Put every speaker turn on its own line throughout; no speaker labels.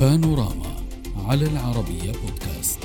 بانوراما على العربية بودكاست.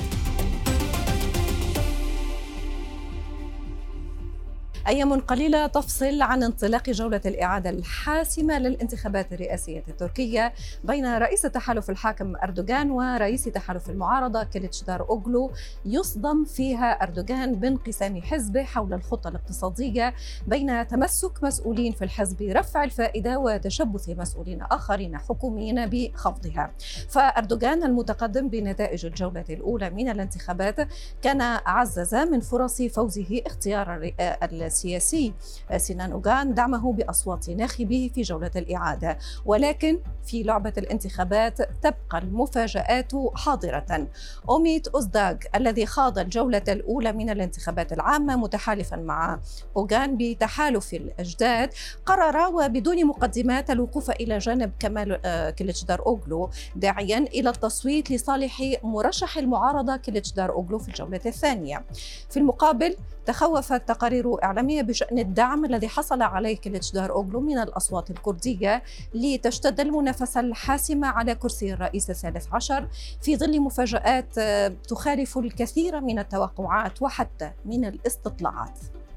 أيام قليلة تفصل عن انطلاق جولة الإعادة الحاسمة للانتخابات الرئاسية التركية بين رئيس التحالف الحاكم أردوغان ورئيس تحالف المعارضة كليتشداروغلو. يصدم فيها أردوغان بانقسام حزبه حول الخطة الاقتصادية بين تمسك مسؤولين في الحزب برفع الفائدة وتشبث مسؤولين آخرين حكوميين بخفضها. فأردوغان المتقدم بنتائج الجولة الأولى من الانتخابات كان عزز من فرص فوزه اختيار السياسي سينان أوغان دعمه بأصوات ناخبيه في جولة الإعادة، ولكن في لعبة الانتخابات تبقى المفاجآت حاضرة. أوميت أوزداغ الذي خاض الجولة الأولى من الانتخابات العامة متحالفا مع أوغان بتحالف الأجداد قرر وبدون مقدمات الوقوف إلى جانب كمال كليتشداروغلو، داعيا إلى التصويت لصالح مرشح المعارضة كليتشداروغلو في الجولة الثانية. في المقابل تخوفت تقارير إعلامية بشأن الدعم الذي حصل عليه كليتشداروغلو من الأصوات الكردية لتشتد المنافسة الحاسمة على كرسي الرئيس الثالث عشر في ظل مفاجآت تخالف الكثير من التوقعات وحتى من الاستطلاعات.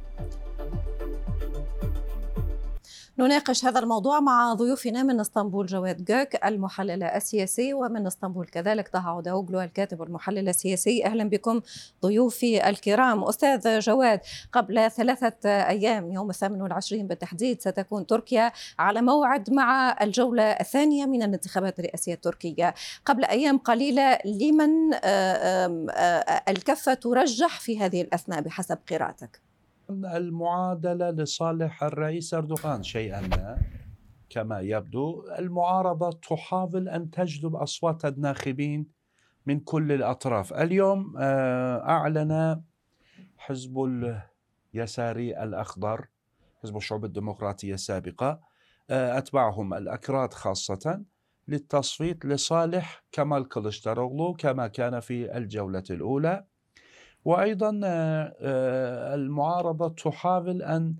نناقش هذا الموضوع مع ضيوفنا من اسطنبول جواد جوك المحلل السياسي، ومن اسطنبول كذلك طه عوداوغلو الكاتب والمحلل السياسي. أهلا بكم ضيوفي الكرام. أستاذ جواد، قبل 3 أيام يوم 28 بالتحديد ستكون تركيا على موعد مع الجولة الثانية من الانتخابات الرئاسية التركية. قبل أيام قليلة لمن الكفة ترجح في هذه الأثناء بحسب قراءتك؟
المعادلة لصالح الرئيس أردوغان شيئا ما كما يبدو. المعارضة تحاول أن تجلب أصوات الناخبين من كل الأطراف. اليوم أعلن حزب اليساري الأخضر، حزب الشعوب الديمقراطية السابقة، أتباعهم الأكراد خاصة، للتصويت لصالح كمال كليتشداروغلو كما كان في الجولة الأولى. وأيضا المعارضة تحاول أن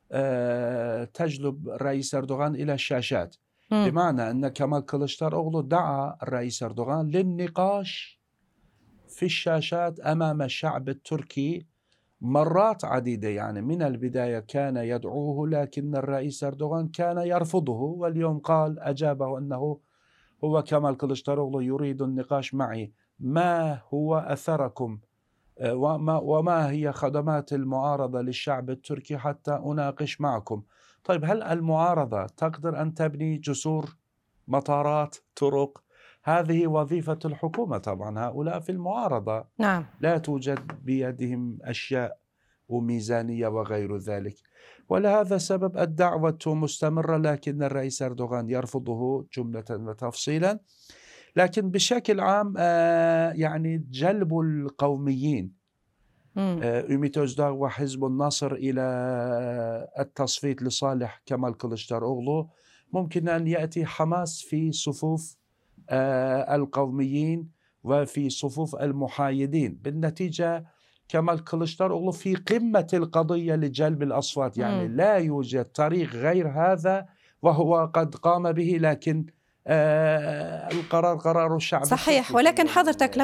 تجلب الرئيس أردوغان إلى الشاشات، بمعنى أن كمال كليتشداروغلو دعا الرئيس أردوغان للنقاش في الشاشات أمام الشعب التركي مرات عديدة. يعني من البداية كان يدعوه، لكن الرئيس أردوغان كان يرفضه، واليوم قال أجابه أنه هو كمال كليتشداروغلو يريد النقاش معي، ما هو أثركم وما هي خدمات المعارضة للشعب التركي حتى أناقش معكم. طيب، هل المعارضة تقدر أن تبني جسور، مطارات، طرق؟ هذه وظيفة الحكومة طبعا. هؤلاء في المعارضة
نعم.
لا توجد بيدهم أشياء وميزانية وغير ذلك، ولهذا سبب الدعوة مستمرة، لكن الرئيس أردوغان يرفضه جملة وتفصيلا. لكن بشكل عام يعني جلب القوميين أوميت أوزداغ وحزب الناصر إلى التصويت لصالح كمال كليتشداروغلو ممكن أن يأتي حماس في صفوف القوميين وفي صفوف المحايدين. بالنتيجة كمال كليتشداروغلو في قمة القضية لجلب الأصوات، يعني لا يوجد طريق غير هذا، وهو قد قام به، لكن القرار قرار الشعب.
صحيح، ولكن حضرتك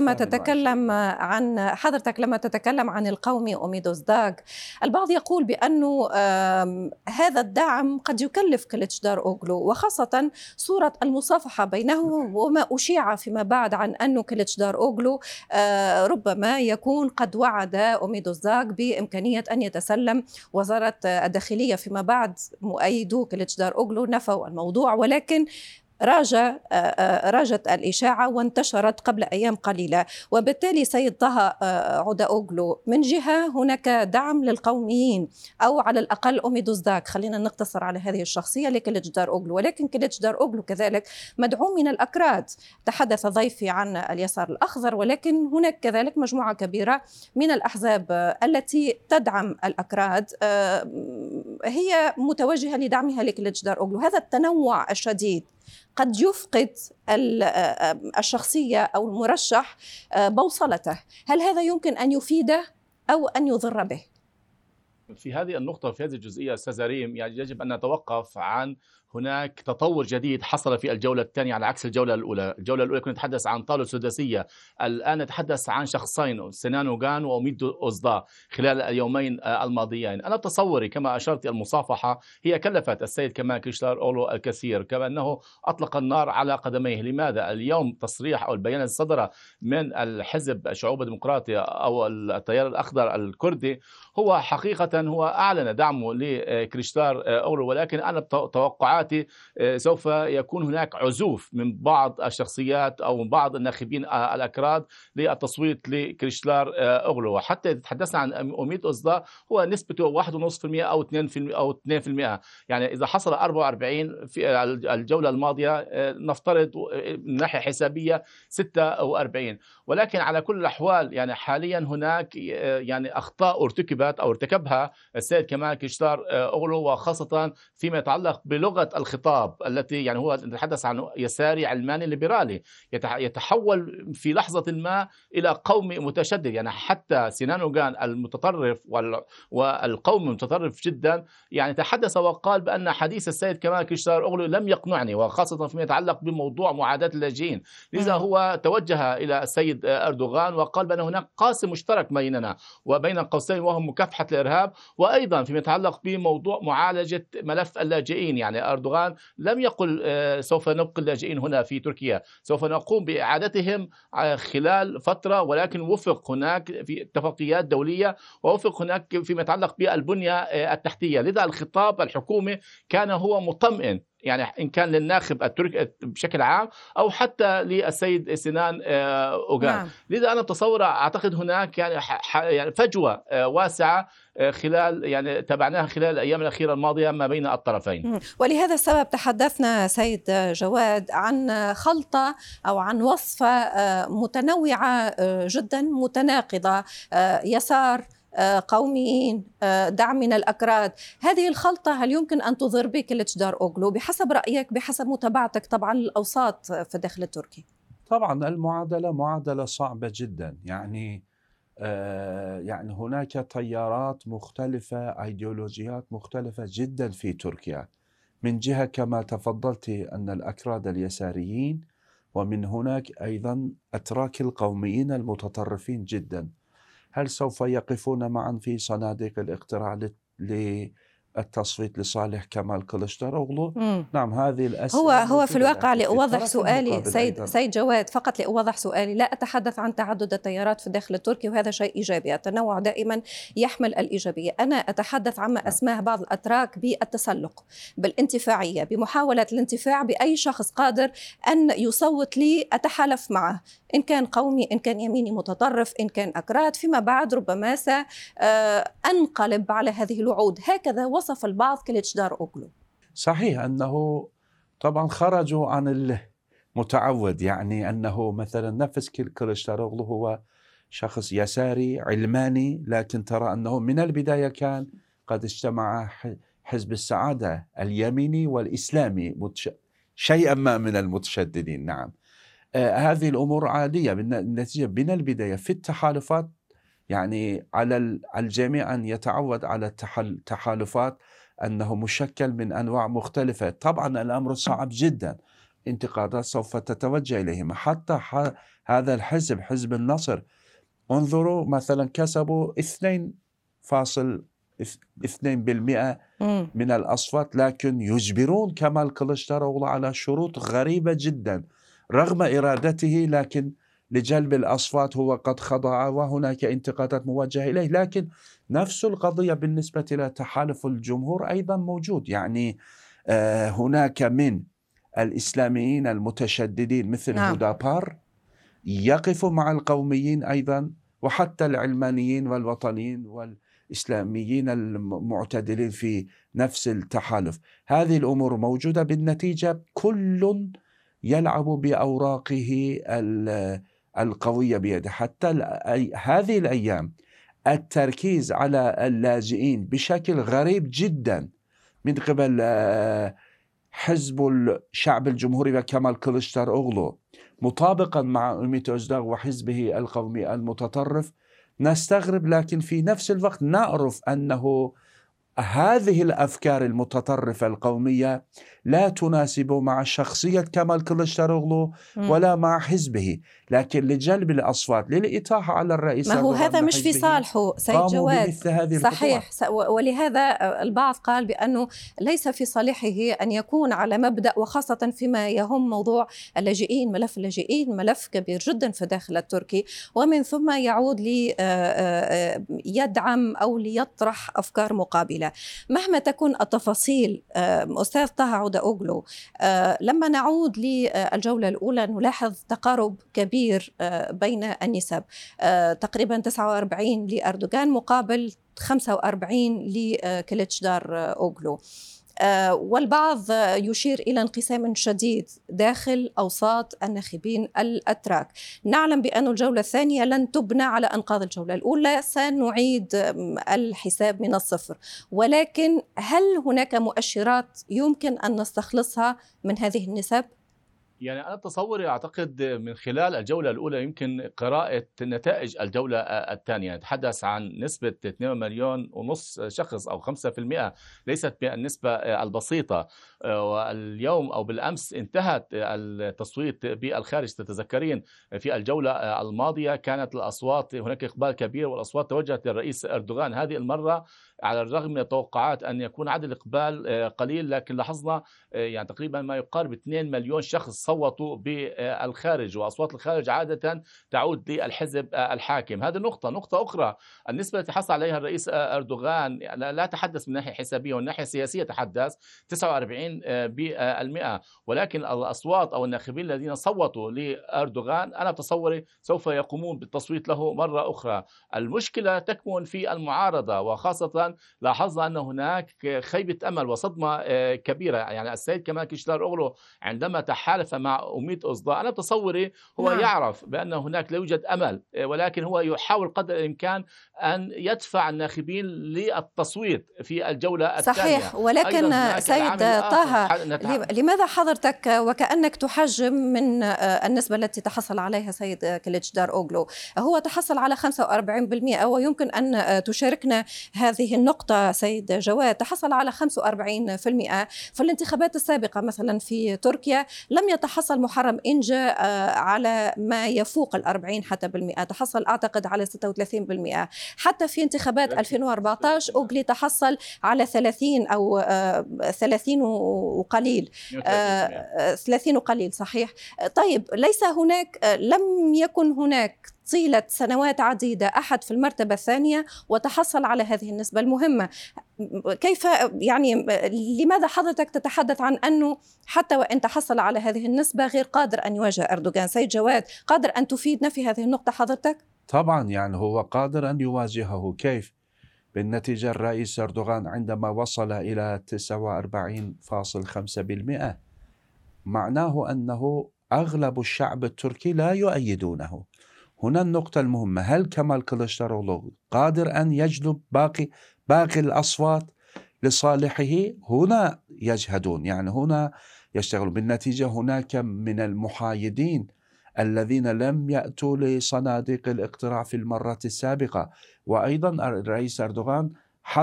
لما تتكلم عن القومي أوميت أوزداغ، البعض يقول بأنه هذا الدعم قد يكلف كليتشداروغلو، وخاصة صورة المصافحة بينه وما أشيع فيما بعد عن أنه كليتشداروغلو ربما يكون قد وعد أوميت أوزداغ بإمكانية أن يتسلم وزارة الداخلية فيما بعد. مؤيدو كليتشداروغلو نفوا الموضوع، ولكن راجت الإشاعة وانتشرت قبل أيام قليلة. وبالتالي سيد طه عوداوغلو، من جهة هناك دعم للقوميين أو على الأقل أوميت أوزداغ، خلينا نقتصر على هذه الشخصية لكليتشداروغلو، ولكن كليتشداروغلو كذلك مدعوم من الأكراد. تحدث ضيفي عن اليسار الأخضر، ولكن هناك كذلك مجموعة كبيرة من الأحزاب التي تدعم الأكراد هي متوجهة لدعمها لكليتشداروغلو. هذا التنوع الشديد قد يفقد الشخصية أو المرشح بوصلته. هل هذا يمكن أن يفيده أو أن يضر به؟
في هذه النقطة في هذه الجزئية أستاذ ريم، يعني يجب أن نتوقف عن هناك تطور جديد حصل في الجولة الثانية على عكس الجولة الأولى. الجولة الأولى كنا نتحدث عن طاولة سداسية، الآن نتحدث عن شخصين، سنان أوغان وأوميد أوزدا خلال اليومين الماضيين. أنا تصوري كما أشرت المصافحة هي كلفت السيد كمال كليشدار-أوغلو الكثير، كما أنه أطلق النار على قدميه. لماذا؟ اليوم تصريح أو البيان الذي صدر من الحزب الشعوب الديمقراطي أو التيار الأخضر الكردي هو حقيقة هو أعلن دعمه لكليشدار-أوغلو، ولكن أنا توقعاتي سوف يكون هناك عزوف من بعض الشخصيات أو من بعض الناخبين الأكراد للتصويت لكليشدار-أوغلو. وحتى تحدثنا عن أوميد أوزدا هو نسبته 1.5% أو 2%. يعني إذا حصل 44 في الجولة الماضية نفترض من ناحية حسابية 46. ولكن على كل الأحوال يعني حاليا هناك يعني أخطاء ارتكبت أو ارتكبها السيد كمال كليشدار-أوغلو، وخاصة فيما يتعلق بلغة الخطاب التي يعني هو يتحدث عن يساري علماني ليبرالي، يتحول في لحظة ما إلى قومي متشدد. يعني حتى سنان أوغان المتطرف والقوم المتطرف جدا يعني تحدث وقال بأن حديث السيد كمال كليشدار-أوغلو لم يقنعني، وخاصة فيما يتعلق بموضوع معاداة اللاجئين. لذا هو توجه إلى السيد أردوغان وقال بأن هناك قاسم مشترك بيننا وبين قوسين وهو مكافحة الإرهاب، وأيضا فيما يتعلق بموضوع معالجة ملف اللاجئين. يعني أردوغان لم يقل سوف نبقي اللاجئين هنا في تركيا، سوف نقوم بإعادتهم خلال فترة، ولكن وفق هناك في اتفاقيات دولية ووفق هناك فيما يتعلق بالبنية التحتية. لذا الخطاب الحكومي كان هو مطمئن، يعني إن كان للناخب التركي بشكل عام أو حتى للسيد سنان أوغان. نعم. لذا أنا بتصور أعتقد هناك يعني فجوة واسعة خلال يعني تابعناها خلال الأيام الأخيرة الماضية ما بين الطرفين.
ولهذا السبب تحدثنا سيد جواد عن خلطة أو عن وصفة متنوعة جدا متناقضة، يسار، قوميين، دعم من الأكراد. هذه الخلطة هل يمكن أن تضر بكليشدار-أوغلو بحسب رأيك، بحسب متابعتك طبعا للأوساط في الداخل التركي؟
طبعا المعادلة معادلة صعبة جدا. يعني هناك تيارات مختلفة، أيديولوجيات مختلفة جدا في تركيا. من جهة كما تفضلت أن الأكراد اليساريين، ومن هناك أيضا أتراك القوميين المتطرفين جدا. هل سوف يقفون معا في صناديق الاقتراع للتصويت لصالح كمال كليشدار-أوغلو؟ نعم، هذه الأسئلة
هو في الواقع لأوضح سؤالي سيد جواد، فقط لأوضح سؤالي، لا أتحدث عن تعدد التيارات في الداخل التركي وهذا شيء إيجابي، التنوع دائما يحمل الإيجابية. أنا أتحدث عما أسماه بعض الأتراك بالتسلق، بالانتفاعية، بمحاولة الانتفاع بأي شخص قادر أن يصوت لي أتحالف معه، إن كان قومي، إن كان يميني متطرف، إن كان أكراد. فيما بعد ربما سأنقلب على هذه الوعود. هكذا وصف البعض كليشدار-أوغلو.
صحيح أنه طبعا خرجوا عن المتعود، يعني أنه مثلا نفس كليشدار-أوغلو هو شخص يساري علماني، لكن ترى أنه من البداية كان قد اجتمع حزب السعادة اليميني والإسلامي شيئا ما من المتشددين. نعم، هذه الأمور عادية. بالنتيجة من البداية في التحالفات يعني على الجميع أن يتعود على التحالفات أنه مشكل من أنواع مختلفة. طبعا الأمر صعب جدا، انتقادات سوف تتوجه إليهم. حتى هذا الحزب، حزب النصر، انظروا مثلا كسبوا 2.2% من الأصوات، لكن يجبرون كمال كليشدار-أوغلو على شروط غريبة جدا رغم إرادته، لكن لجلب الأصوات هو قد خضع، وهناك انتقادات موجهة إليه. لكن نفس القضية بالنسبة إلى تحالف الجمهور أيضا موجود. يعني هناك من الإسلاميين المتشددين مثل هدابار يقفوا مع القوميين أيضا، وحتى العلمانيين والوطنيين والإسلاميين المعتدلين في نفس التحالف. هذه الأمور موجودة. بالنتيجة كل يلعب بأوراقه القوية بيده. حتى هذه الأيام التركيز على اللاجئين بشكل غريب جدا من قبل حزب الشعب الجمهوري وكمال كليشدار-أوغلو، مطابقا مع أوميد أوزداغ وحزبه القومي المتطرف، نستغرب، لكن في نفس الوقت نعرف أنه هذه الأفكار المتطرفة القومية لا تناسب مع شخصية كمال كليشداروغلو ولا مع حزبه، لكن لجلب الأصوات للإطاحة على الرئيس
ما هو هذا مش في صالحه سيد جواد. صحيح، ولهذا البعض قال بأنه ليس في صالحه أن يكون على مبدأ، وخاصة فيما يهم موضوع اللاجئين. ملف اللاجئين ملف كبير جدا في الداخل التركي، ومن ثم يعود ليدعم أو ليطرح أفكار مقابلة مهما تكون التفاصيل. أستاذ طه عودة-أوغلو، لما نعود للجولة الأولى نلاحظ تقارب كبير بين النسب، تقريبا 49 لأردوغان مقابل 45 لكليتشدار-أوغلو، والبعض يشير إلى انقسام شديد داخل أوساط الناخبين الأتراك. نعلم بأن الجولة الثانية لن تبنى على أنقاض الجولة الأولى، سنعيد الحساب من الصفر، ولكن هل هناك مؤشرات يمكن أن نستخلصها من هذه النسب؟
يعني أنا تصوري أعتقد من خلال الجولة الأولى يمكن قراءة نتائج الجولة الثانية. نتحدث عن نسبة 2.5 مليون شخص أو 5%، ليست بالنسبة البسيطة. واليوم أو بالأمس انتهت التصويت بالخارج. تتذكرين في الجولة الماضية كانت الأصوات هناك إقبال كبير والأصوات توجهت للرئيس أردوغان. هذه المرة على الرغم من التوقعات أن يكون عدد الإقبال قليل، لكن لاحظنا يعني تقريبا ما يقارب 2 مليون شخص صوتوا بالخارج، وأصوات الخارج عادة تعود للحزب الحاكم. هذه نقطة أخرى، النسبة التي حصل عليها الرئيس أردوغان لا تحدث من ناحية حسابية، والناحية السياسية تحدث 49%، ولكن الأصوات أو الناخبين الذين صوتوا لأردوغان أنا تصوري سوف يقومون بالتصويت له مرة أخرى. المشكلة تكمن في المعارضة، وخاصة لاحظنا أن هناك خيبة أمل وصدمة كبيرة. يعني السيد كمال كليشداروغلو عندما تحالف مع أميت أوزدار أنا تصوري هو يعرف بأن هناك لا يوجد أمل، ولكن هو يحاول قدر الإمكان أن يدفع الناخبين للتصويت في الجولة الثانية.
صحيح، ولكن سيد طه لماذا حضرتك وكأنك تحجم من النسبة التي تحصل عليها سيد كليتشداروغلو؟ هو تحصل على 45%، ويمكن أن تشاركنا هذه النقطة سيد جواد. تحصل على 45%. في الانتخابات السابقة مثلا في تركيا لم يتحصل محرم إنجا على ما يفوق 40 حتى بالمئة، تحصل أعتقد على 36%. حتى في انتخابات 2014 أوغلي تحصل على 30 أو 30 وقليل، 30 وقليل صحيح. طيب ليس هناك، لم يكن هناك طيلة سنوات عديدة أحد في المرتبة الثانية وتحصل على هذه النسبة المهمة. كيف يعني لماذا حضرتك تتحدث عن أنه حتى وإن تحصل على هذه النسبة غير قادر أن يواجه أردوغان؟ سيد جواد، قادر أن تفيدنا في هذه النقطة حضرتك؟
طبعا يعني هو قادر أن يواجهه. كيف؟ بالنتيجة الرئيس أردوغان عندما وصل إلى 49.5% معناه أنه أغلب الشعب التركي لا يؤيدونه. هنا النقطة المهمة، هل كمال كليشداروغلو قادر أن يجلب باقي الأصوات لصالحه؟ هنا يجهدون، يعني هنا يشتغلون. بالنتيجة هناك من المحايدين الذين لم يأتوا لصناديق الاقتراع في المرة السابقة. وأيضا الرئيس أردوغان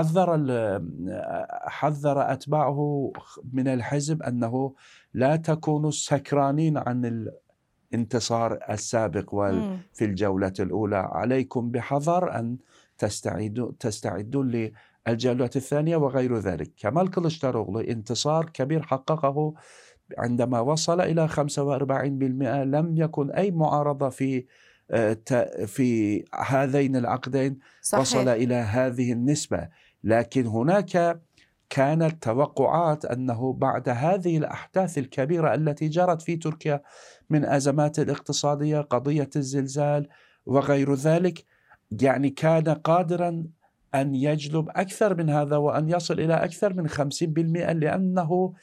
حذر أتباعه من الحزب أنه لا تكونوا سكرانين عن الانتصار السابق في الجولة الأولى، عليكم بحذر أن تستعدوا للجولة الثانية وغير ذلك. كمال كليشداروغلو انتصار كبير حققه عندما وصل إلى 45%. لم يكن أي معارضة في هذين العقدين صحيح. وصل إلى هذه النسبة، لكن هناك كانت توقعات أنه بعد هذه الأحداث الكبيرة التي جرت في تركيا من أزمات الاقتصادية، قضية الزلزال وغير ذلك، يعني كان قادرا أن يجلب أكثر من هذا وأن يصل إلى أكثر من 50%، لأنه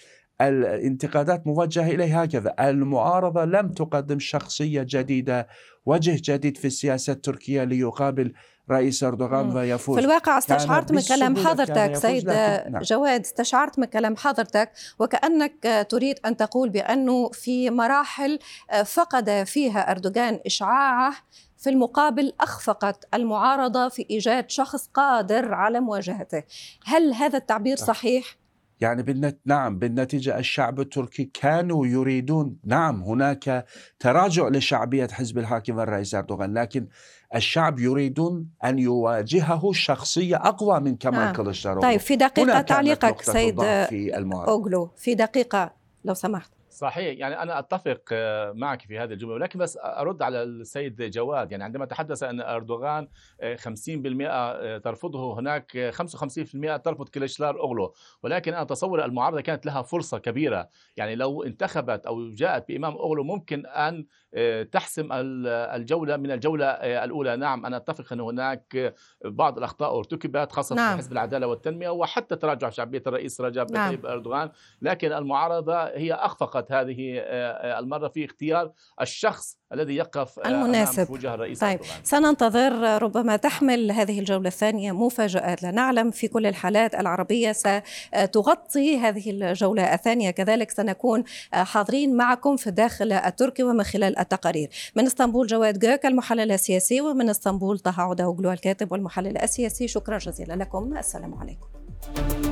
الانتقادات موجهة إليه هكذا: المعارضة لم تقدم شخصية جديدة، وجه جديد في السياسة التركية ليقابل رئيس أردوغان ويفوز.
في الواقع استشعرت من كلام حضرتك سيد جواد، استشعرت من كلام حضرتك وكأنك تريد أن تقول بأنه في مراحل فقد فيها أردوغان إشعاعه، في المقابل أخفقت المعارضة في إيجاد شخص قادر على مواجهته. هل هذا التعبير صحيح؟
يعني نعم، بالنتيجة الشعب التركي كانوا يريدون، نعم هناك تراجع لشعبية حزب الحاكم الرئيس أردوغان، لكن الشعب يريدون أن يواجهه شخصية أقوى من كمال كليشداروغلو.
طيب في دقيقة تعليقك سيد أوغلو، في دقيقة لو سمحت.
صحيح، يعني أنا أتفق معك في هذه الجملة، ولكن بس أرد على السيد جواد. يعني عندما تحدث أن أردوغان 50% ترفضه، هناك 55% ترفض كليشداروغلو، ولكن أنا أتصور المعارضة كانت لها فرصة كبيرة. يعني لو انتخبت أو جاءت بإمام أوغلو ممكن أن تحسم الجولة من الجولة الأولى. نعم أنا أتفق أن هناك بعض الأخطاء ارتكبت خاصة في حزب العدالة والتنمية وحتى تراجع شعبية الرئيس رجب طيب أردوغان، لكن المعارضة هي أخفقت هذه المرة في اختيار الشخص الذي يقف
المناسب
في وجه الرئيس
طيب
أردوغان.
سننتظر، ربما تحمل هذه الجولة الثانية مفاجآت، لا نعلم. في كل الحالات العربية ستغطي هذه الجولة الثانية، كذلك سنكون حاضرين معكم في الداخل التركي ومن خلال التقارير. من اسطنبول جواد جوك المحلل السياسي، ومن اسطنبول طه عودة أوغلو الكاتب والمحلل السياسي. شكرا جزيلا لكم، السلام عليكم.